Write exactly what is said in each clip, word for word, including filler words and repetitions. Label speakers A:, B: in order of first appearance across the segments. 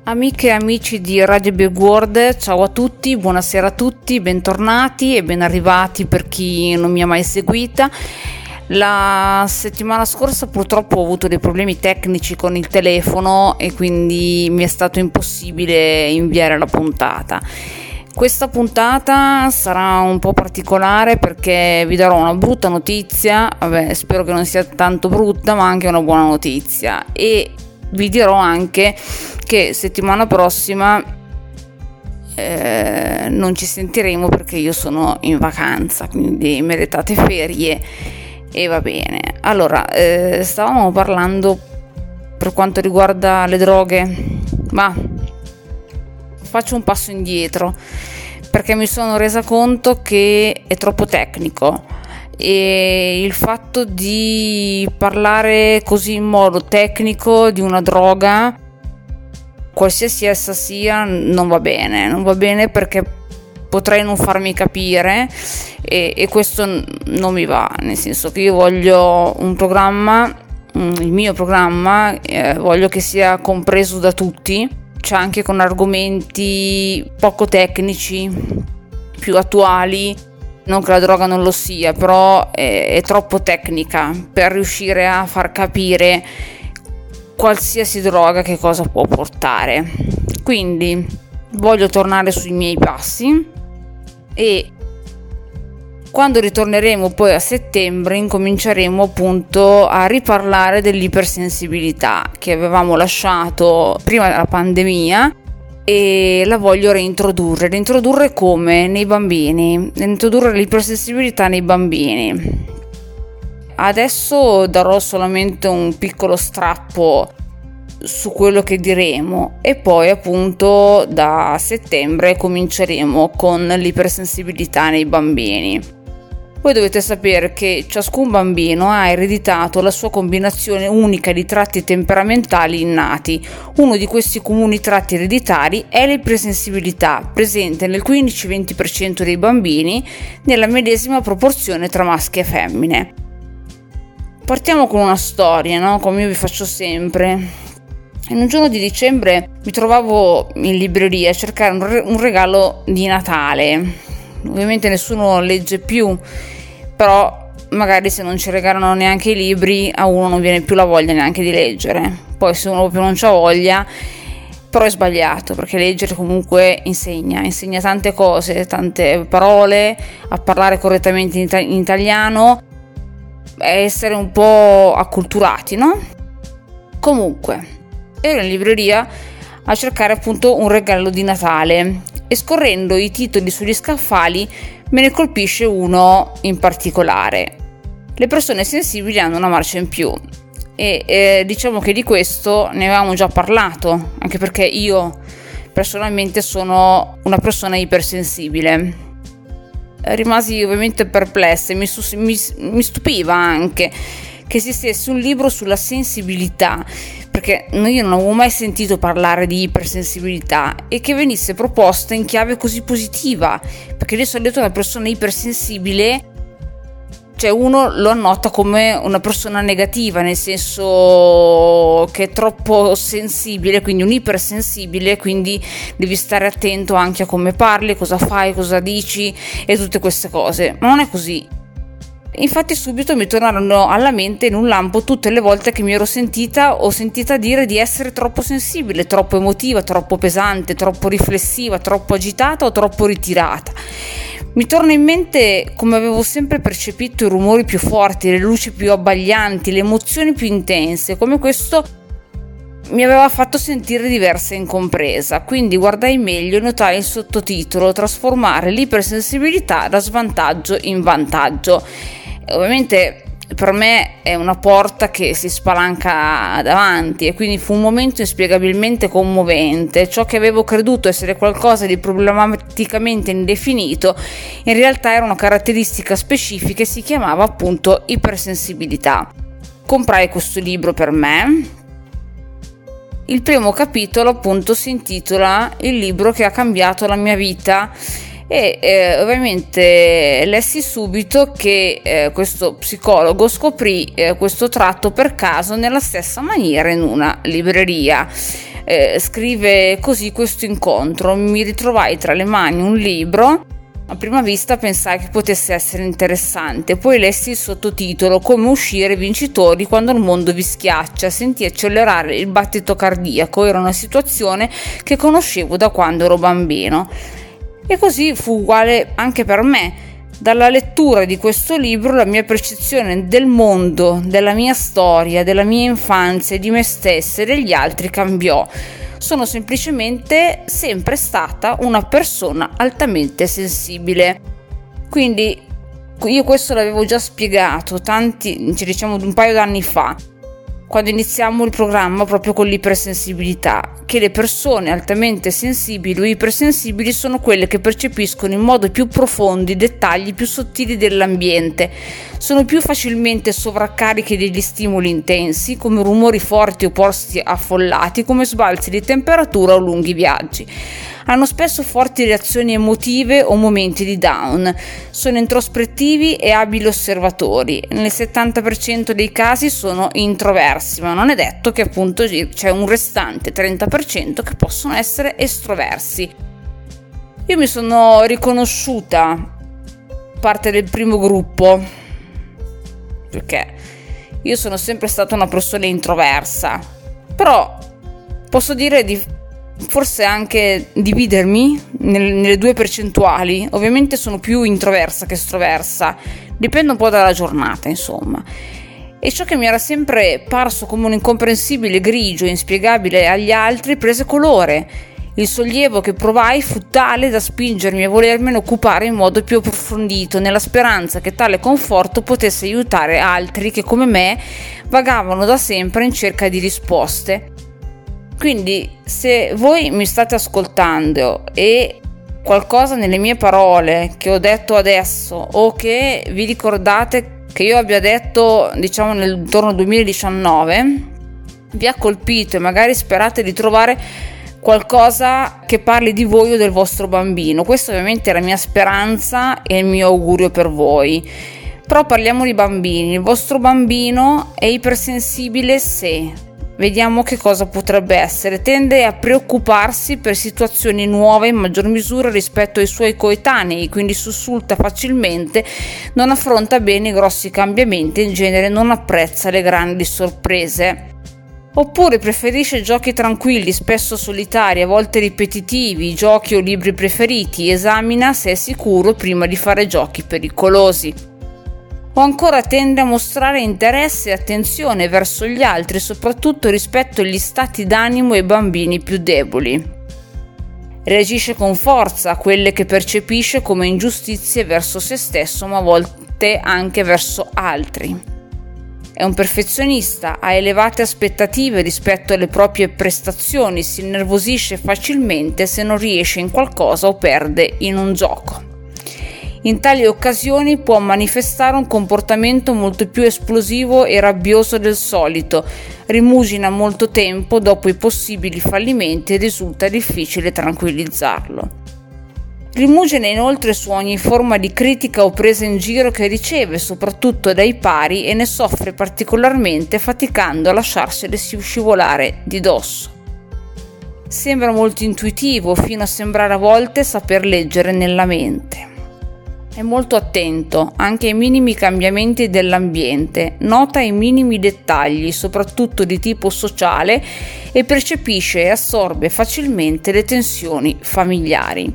A: Amiche e amici di Radio Big World, ciao a tutti, buonasera a tutti, bentornati e ben arrivati per chi non mi ha mai seguita. La settimana scorsa purtroppo ho avuto dei problemi tecnici con il telefono e quindi mi è stato impossibile inviare la puntata. Questa puntata sarà un po' particolare perché vi darò una brutta notizia, vabbè, spero che non sia tanto brutta, ma anche una buona notizia, e vi dirò anche che settimana prossima eh, non ci sentiremo perché io sono in vacanza, quindi meritate ferie e va bene. Allora, eh, stavamo parlando per quanto riguarda le droghe, ma faccio un passo indietro perché mi sono resa conto che è troppo tecnico e il fatto di parlare così in modo tecnico di una droga, qualsiasi essa sia, non va bene, non va bene perché potrei non farmi capire e, e questo non mi va, nel senso che io voglio un programma, il mio programma, eh, voglio che sia compreso da tutti, cioè anche con argomenti poco tecnici, più attuali. Non che la droga non lo sia, però è, è troppo tecnica per riuscire a far capire qualsiasi droga che cosa può portare. Quindi voglio tornare sui miei passi e quando ritorneremo poi a settembre incominceremo appunto a riparlare dell'ipersensibilità che avevamo lasciato prima della pandemia e la voglio reintrodurre. Reintrodurre come? Nei bambini. Reintrodurre l'ipersensibilità nei bambini. Adesso darò solamente un piccolo strappo su quello che diremo e poi appunto da settembre cominceremo con l'ipersensibilità nei bambini. Voi dovete sapere che ciascun bambino ha ereditato la sua combinazione unica di tratti temperamentali innati. Uno di questi comuni tratti ereditari è l'ipersensibilità, presente nel quindici-venti per cento dei bambini, nella medesima proporzione tra maschi e femmine. Partiamo con una storia, no? Come io vi faccio sempre. In un giorno di dicembre mi trovavo in libreria a cercare un, re- un regalo di Natale. Ovviamente nessuno legge più, però magari se non ci regalano neanche i libri a uno non viene più la voglia neanche di leggere. Poi se uno proprio non c'ha voglia, però è sbagliato perché leggere comunque insegna, insegna tante cose, tante parole, a parlare correttamente in, ita- in italiano, a essere un po' acculturati, no? Comunque, ero in libreria a cercare appunto un regalo di Natale e scorrendo i titoli sugli scaffali me ne colpisce uno in particolare. Le persone sensibili hanno una marcia in più e eh, diciamo che di questo ne avevamo già parlato, anche perché io personalmente sono una persona ipersensibile. Rimasi ovviamente perplessa e mi, mi, mi stupiva anche che esistesse un libro sulla sensibilità, perché io non avevo mai sentito parlare di ipersensibilità e che venisse proposta in chiave così positiva, perché di solito una persona ipersensibile, cioè uno lo annota come una persona negativa, nel senso che è troppo sensibile, quindi un ipersensibile, quindi devi stare attento anche a come parli, cosa fai, cosa dici e tutte queste cose, ma non è così. Infatti subito mi tornarono alla mente in un lampo tutte le volte che mi ero sentita o sentita dire di essere troppo sensibile, troppo emotiva, troppo pesante, troppo riflessiva, troppo agitata o troppo ritirata. Mi torna in mente come avevo sempre percepito i rumori più forti, le luci più abbaglianti, le emozioni più intense, come questo mi aveva fatto sentire diversa e incompresa, quindi guardai meglio e notai il sottotitolo trasformare l'ipersensibilità da svantaggio in vantaggio. Ovviamente per me è una porta che si spalanca davanti e quindi fu un momento inspiegabilmente commovente. Ciò che avevo creduto essere qualcosa di problematicamente indefinito in realtà era una caratteristica specifica e si chiamava appunto ipersensibilità. Comprai questo libro per me. Il primo capitolo appunto si intitola Il libro che ha cambiato la mia vita e eh, ovviamente lessi subito che eh, questo psicologo scoprì eh, questo tratto per caso nella stessa maniera in una libreria. eh, scrive così questo incontro: mi ritrovai tra le mani un libro. A prima vista pensai che potesse essere interessante, poi lessi il sottotitolo "Come uscire vincitori quando il mondo vi schiaccia". Sentii accelerare il battito cardiaco, era una situazione che conoscevo da quando ero bambino. E così fu uguale anche per me. Dalla lettura di questo libro la mia percezione del mondo, della mia storia, della mia infanzia, di me stessa e degli altri cambiò. Sono semplicemente sempre stata una persona altamente sensibile. Quindi io questo l'avevo già spiegato tanti, diciamo un paio d'anni fa, quando iniziamo il programma proprio con l'ipersensibilità, che le persone altamente sensibili o ipersensibili sono quelle che percepiscono in modo più profondo i dettagli più sottili dell'ambiente, sono più facilmente sovraccariche degli stimoli intensi, come rumori forti o posti affollati, come sbalzi di temperatura o lunghi viaggi. Hanno spesso forti reazioni emotive o momenti di down, sono introspettivi e abili osservatori. Nel settanta per cento dei casi sono introversi, ma non è detto che appunto c'è un restante trenta per cento che possono essere estroversi. Io mi sono riconosciuta parte del primo gruppo, perché io sono sempre stata una persona introversa, però posso dire di forse anche dividermi nel, nelle due percentuali. Ovviamente sono più introversa che estroversa, dipende un po' dalla giornata, insomma. E ciò che mi era sempre parso come un incomprensibile grigio inspiegabile agli altri prese colore. Il sollievo che provai fu tale da spingermi a volermene occupare in modo più approfondito, nella speranza che tale conforto potesse aiutare altri che come me vagavano da sempre in cerca di risposte. Quindi se voi mi state ascoltando e qualcosa nelle mie parole che ho detto adesso, o che vi ricordate che io abbia detto diciamo nel intorno al duemiladiciannove, vi ha colpito e magari sperate di trovare qualcosa che parli di voi o del vostro bambino, questa ovviamente è la mia speranza e il mio augurio per voi. Però parliamo di bambini. Il vostro bambino è ipersensibile se vediamo che cosa potrebbe essere. Tende a preoccuparsi per situazioni nuove in maggior misura rispetto ai suoi coetanei, quindi sussulta facilmente, non affronta bene i grossi cambiamenti e in genere non apprezza le grandi sorprese. Oppure preferisce giochi tranquilli, spesso solitari, a volte ripetitivi, giochi o libri preferiti, esamina se è sicuro prima di fare giochi pericolosi. O ancora tende a mostrare interesse e attenzione verso gli altri, soprattutto rispetto agli stati d'animo ai bambini più deboli. Reagisce con forza a quelle che percepisce come ingiustizie verso se stesso, ma a volte anche verso altri. È un perfezionista, ha elevate aspettative rispetto alle proprie prestazioni, si innervosisce facilmente se non riesce in qualcosa o perde in un gioco. In tali occasioni può manifestare un comportamento molto più esplosivo e rabbioso del solito, rimugina molto tempo dopo i possibili fallimenti e risulta difficile tranquillizzarlo. Rimugina inoltre su ogni forma di critica o presa in giro che riceve, soprattutto dai pari, e ne soffre particolarmente faticando a lasciarsele scivolare di dosso. Sembra molto intuitivo, fino a sembrare a volte saper leggere nella mente. È molto attento anche ai minimi cambiamenti dell'ambiente, nota i minimi dettagli, soprattutto di tipo sociale, e percepisce e assorbe facilmente le tensioni familiari.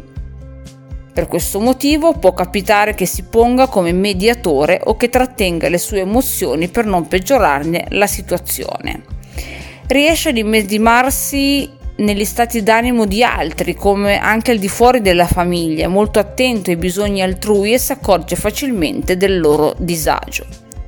A: Per questo motivo può capitare che si ponga come mediatore o che trattenga le sue emozioni per non peggiorarne la situazione. Riesce ad immedesimarsi negli stati d'animo di altri, come anche al di fuori della famiglia, è molto attento ai bisogni altrui e si accorge facilmente del loro disagio.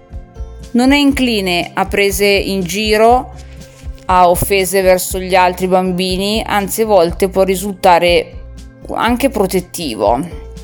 A: Non è incline a prese in giro, a offese verso gli altri bambini, anzi a volte può risultare anche protettivo.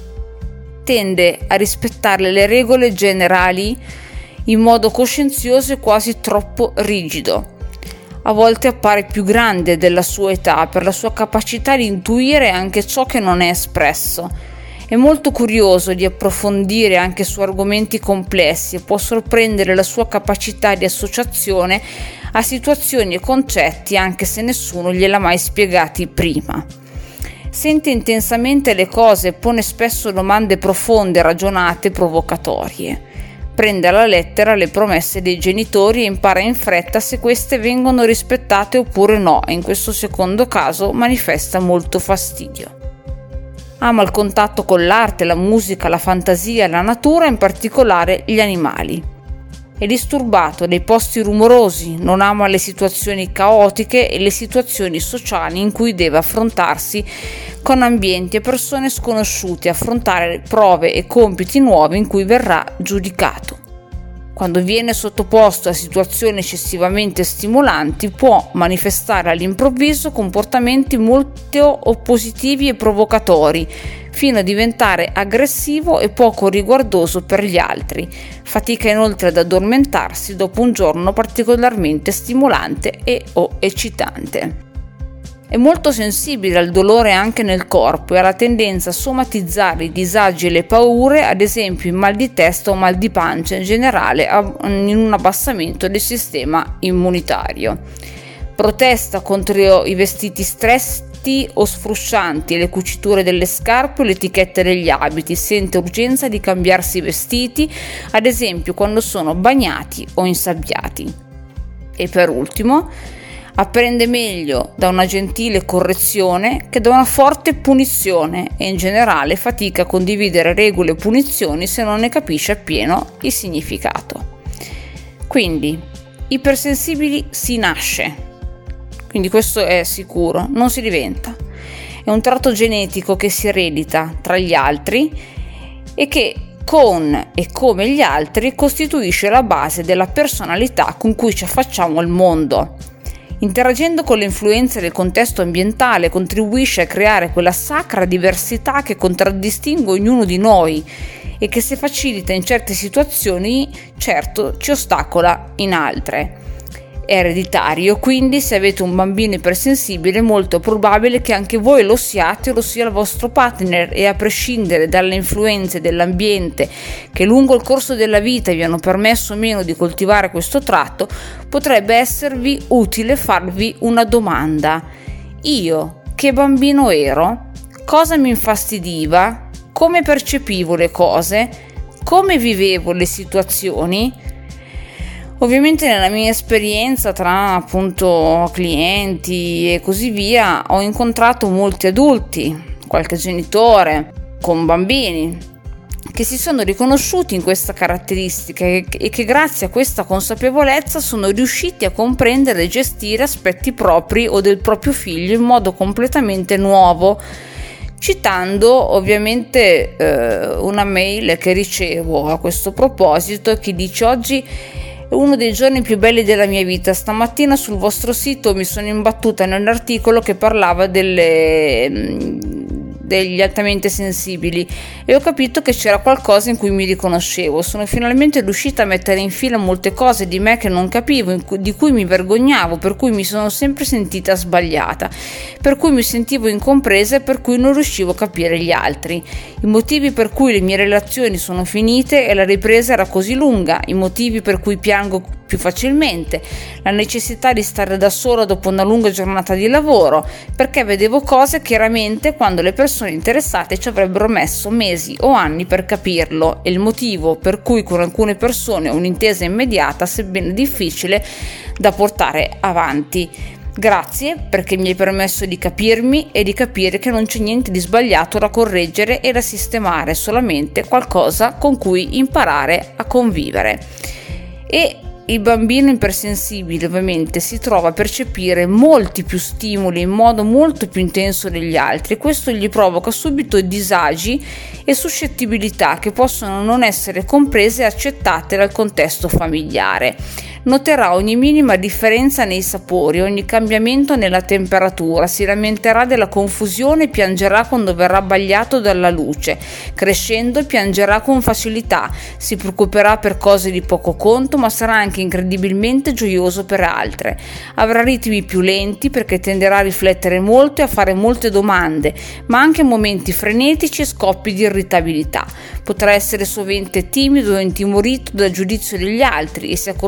A: Tende a rispettare le regole generali in modo coscienzioso e quasi troppo rigido. A volte appare più grande della sua età per la sua capacità di intuire anche ciò che non è espresso. È molto curioso di approfondire anche su argomenti complessi e può sorprendere la sua capacità di associazione a situazioni e concetti anche se nessuno gliel'ha mai spiegati prima. Sente intensamente le cose e pone spesso domande profonde, ragionate e provocatorie. Prende alla lettera le promesse dei genitori e impara in fretta se queste vengono rispettate oppure no, e in questo secondo caso manifesta molto fastidio. Ama il contatto con l'arte, la musica, la fantasia, la natura, in particolare gli animali. È disturbato dai posti rumorosi, non ama le situazioni caotiche e le situazioni sociali in cui deve affrontarsi con ambienti e persone sconosciute, affrontare prove e compiti nuovi in cui verrà giudicato. Quando viene sottoposto a situazioni eccessivamente stimolanti, può manifestare all'improvviso comportamenti molto oppositivi e provocatori, fino a diventare aggressivo e poco riguardoso per gli altri. Fatica inoltre ad addormentarsi dopo un giorno particolarmente stimolante e o eccitante. È molto sensibile al dolore anche nel corpo e alla tendenza a somatizzare i disagi e le paure, ad esempio in mal di testa o mal di pancia, in generale in un abbassamento del sistema immunitario. Protesta contro i vestiti stretti o sfruscianti, le cuciture delle scarpe o le etichette degli abiti, sente urgenza di cambiarsi i vestiti, ad esempio quando sono bagnati o insabbiati. E per ultimo, apprende meglio da una gentile correzione che da una forte punizione e in generale fatica a condividere regole e punizioni se non ne capisce appieno il significato. Quindi, ipersensibili si nasce, quindi questo è sicuro, non si diventa. È un tratto genetico che si eredita tra gli altri e che con e come gli altri costituisce la base della personalità con cui ci affacciamo al mondo. Interagendo con le influenze del contesto ambientale contribuisce a creare quella sacra diversità che contraddistingue ognuno di noi e che, se facilita in certe situazioni, certo ci ostacola in altre. È ereditario, quindi se avete un bambino ipersensibile è molto probabile che anche voi lo siate o lo sia il vostro partner, e a prescindere dalle influenze dell'ambiente che lungo il corso della vita vi hanno permesso o meno di coltivare questo tratto, potrebbe esservi utile farvi una domanda. Io che bambino ero? Cosa mi infastidiva? Come percepivo le cose? Come vivevo le situazioni? Ovviamente nella mia esperienza tra appunto clienti e così via ho incontrato molti adulti, qualche genitore con bambini che si sono riconosciuti in questa caratteristica e che grazie a questa consapevolezza sono riusciti a comprendere e gestire aspetti propri o del proprio figlio in modo completamente nuovo. Citando ovviamente eh, una mail che ricevo a questo proposito che dice: oggi uno dei giorni più belli della mia vita. Stamattina sul vostro sito mi sono imbattuta nell'articolo che parlava delle, degli altamente sensibili e ho capito che c'era qualcosa in cui mi riconoscevo. Sono finalmente riuscita a mettere in fila molte cose di me che non capivo, di cui mi vergognavo, per cui mi sono sempre sentita sbagliata, per cui mi sentivo incompresa e per cui non riuscivo a capire gli altri. I motivi per cui le mie relazioni sono finite e la ripresa era così lunga, i motivi per cui piango più facilmente, la necessità di stare da sola dopo una lunga giornata di lavoro, perché vedevo cose chiaramente quando le persone interessate ci avrebbero messo mesi o anni per capirlo, e il motivo per cui con alcune persone ho un'intesa immediata, sebbene difficile da portare avanti. Grazie perché mi hai permesso di capirmi e di capire che non c'è niente di sbagliato da correggere e da sistemare, solamente qualcosa con cui imparare a convivere. E il bambino ipersensibile ovviamente si trova a percepire molti più stimoli in modo molto più intenso degli altri, e questo gli provoca subito disagi e suscettibilità che possono non essere comprese e accettate dal contesto familiare. Noterà ogni minima differenza nei sapori, ogni cambiamento nella temperatura, si lamenterà della confusione e piangerà quando verrà abbagliato dalla luce. Crescendo piangerà con facilità, si preoccuperà per cose di poco conto, ma sarà anche incredibilmente gioioso per altre. Avrà ritmi più lenti perché tenderà a riflettere molto e a fare molte domande, ma anche momenti frenetici e scoppi di irritabilità. Potrà essere sovente timido o intimorito dal giudizio degli altri e si accorgerà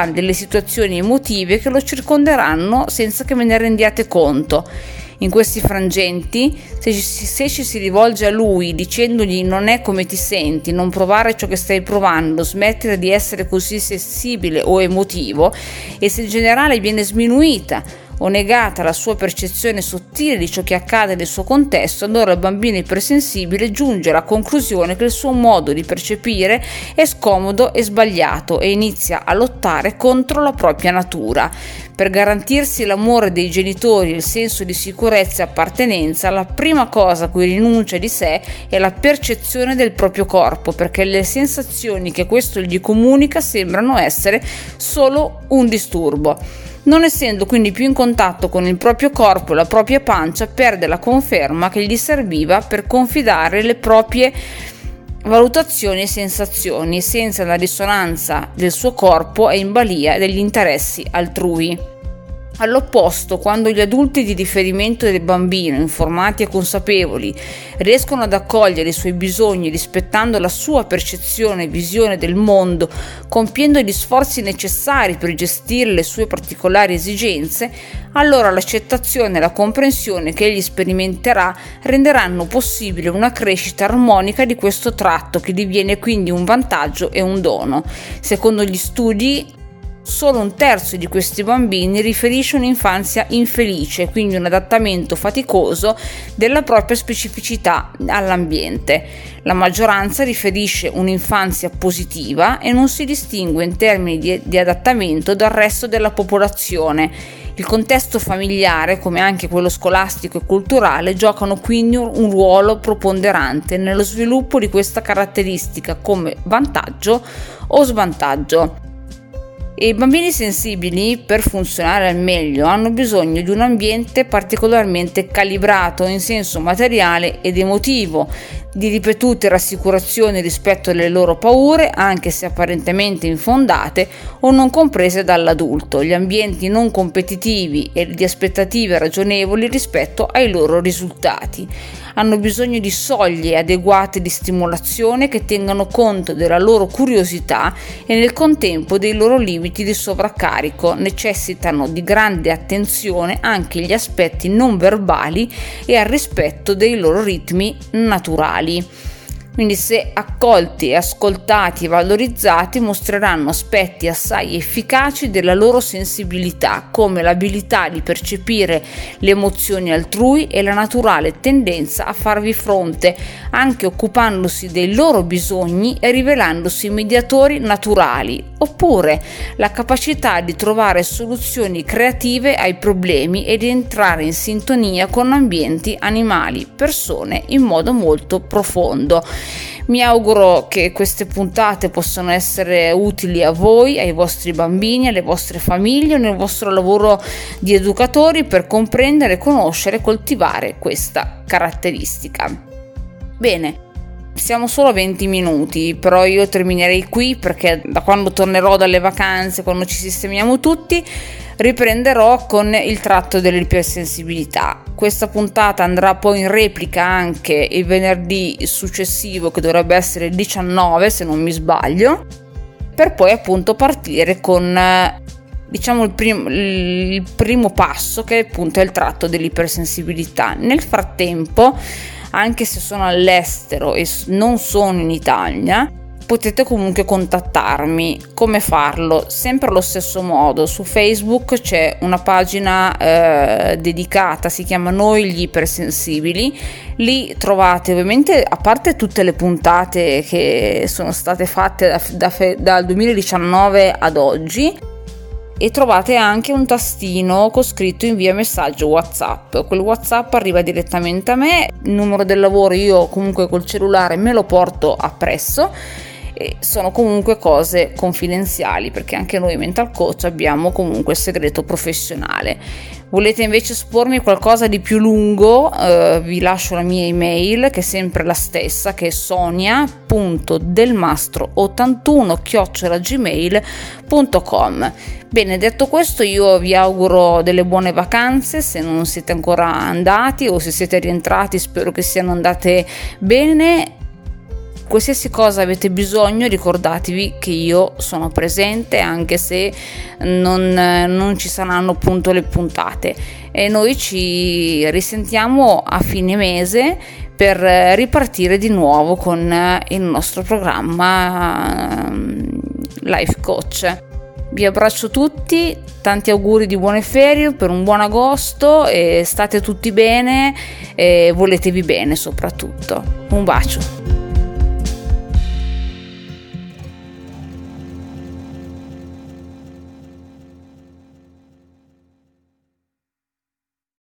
A: delle situazioni emotive che lo circonderanno senza che ve ne rendiate conto. In questi frangenti, se ci, se ci si rivolge a lui dicendogli non è come ti senti, non provare ciò che stai provando, smettere di essere così sensibile o emotivo, e se in generale viene sminuita o negata la sua percezione sottile di ciò che accade nel suo contesto, allora il bambino ipersensibile giunge alla conclusione che il suo modo di percepire è scomodo e sbagliato e inizia a lottare contro la propria natura. Per garantirsi l'amore dei genitori e il senso di sicurezza e appartenenza, la prima cosa a cui rinuncia di sé è la percezione del proprio corpo, perché le sensazioni che questo gli comunica sembrano essere solo un disturbo. Non essendo quindi più in contatto con il proprio corpo e la propria pancia, perde la conferma che gli serviva per confidare le proprie valutazioni e sensazioni. Senza la risonanza del suo corpo è in balia degli interessi altrui. All'opposto, quando gli adulti di riferimento del bambino, informati e consapevoli, riescono ad accogliere i suoi bisogni rispettando la sua percezione e visione del mondo, compiendo gli sforzi necessari per gestire le sue particolari esigenze, allora l'accettazione e la comprensione che egli sperimenterà renderanno possibile una crescita armonica di questo tratto, che diviene quindi un vantaggio e un dono. Secondo gli studi, solo un terzo di questi bambini riferisce un'infanzia infelice, quindi un adattamento faticoso della propria specificità all'ambiente. La maggioranza riferisce un'infanzia positiva e non si distingue in termini di, di adattamento dal resto della popolazione. Il contesto familiare, come anche quello scolastico e culturale, giocano quindi un ruolo preponderante nello sviluppo di questa caratteristica come vantaggio o svantaggio. E i bambini sensibili, per funzionare al meglio, hanno bisogno di un ambiente particolarmente calibrato in senso materiale ed emotivo, di ripetute rassicurazioni rispetto alle loro paure, anche se apparentemente infondate o non comprese dall'adulto, gli ambienti non competitivi e di aspettative ragionevoli rispetto ai loro risultati. Hanno bisogno di soglie adeguate di stimolazione che tengano conto della loro curiosità e nel contempo dei loro limiti di sovraccarico. Necessitano di grande attenzione anche agli aspetti non verbali e al rispetto dei loro ritmi naturali. Quindi, se accolti, ascoltati e valorizzati, mostreranno aspetti assai efficaci della loro sensibilità, come l'abilità di percepire le emozioni altrui e la naturale tendenza a farvi fronte, anche occupandosi dei loro bisogni e rivelandosi mediatori naturali, oppure la capacità di trovare soluzioni creative ai problemi e di entrare in sintonia con ambienti, animali, persone in modo molto profondo. Mi auguro che queste puntate possano essere utili a voi, ai vostri bambini, alle vostre famiglie, nel vostro lavoro di educatori, per comprendere, conoscere e coltivare questa caratteristica. Bene, siamo solo a venti minuti, però io terminerei qui, perché da quando tornerò dalle vacanze, quando ci sistemiamo tutti, riprenderò con il tratto dell'ipersensibilità. Questa puntata andrà poi in replica anche il venerdì successivo, che dovrebbe essere il diciannove se non mi sbaglio, per poi appunto partire con diciamo il, prim- il primo passo, che appunto è il tratto dell'ipersensibilità. Nel frattempo, anche se sono all'estero e non sono in Italia, potete comunque contattarmi. Come farlo? Sempre allo stesso modo. Su Facebook c'è una pagina eh, dedicata, si chiama Noi gli ipersensibili. Lì trovate ovviamente, a parte tutte le puntate che sono state fatte da, da, dal duemiladiciannove ad oggi, e trovate anche un tastino con scritto invia messaggio WhatsApp. Quel WhatsApp arriva direttamente a me. Il numero del lavoro io comunque col cellulare me lo porto appresso, e sono comunque cose confidenziali, perché anche noi mental coach abbiamo comunque il segreto professionale. Volete invece espormi qualcosa di più lungo, eh, vi lascio la mia email, che è sempre la stessa, che è sonia punto delmastro ottantuno chiocciola gmail punto com. Bene, detto questo, io vi auguro delle buone vacanze, se non siete ancora andati o se siete rientrati spero che siano andate bene. qualsiasi cosa avete bisogno, ricordatevi che io sono presente, anche se non, non ci saranno appunto le puntate, e noi ci risentiamo a fine mese per ripartire di nuovo con il nostro programma Life Coach. Vi abbraccio tutti, tanti auguri di buone ferie, per un buon agosto, e state tutti bene e voletevi bene soprattutto. Un bacio.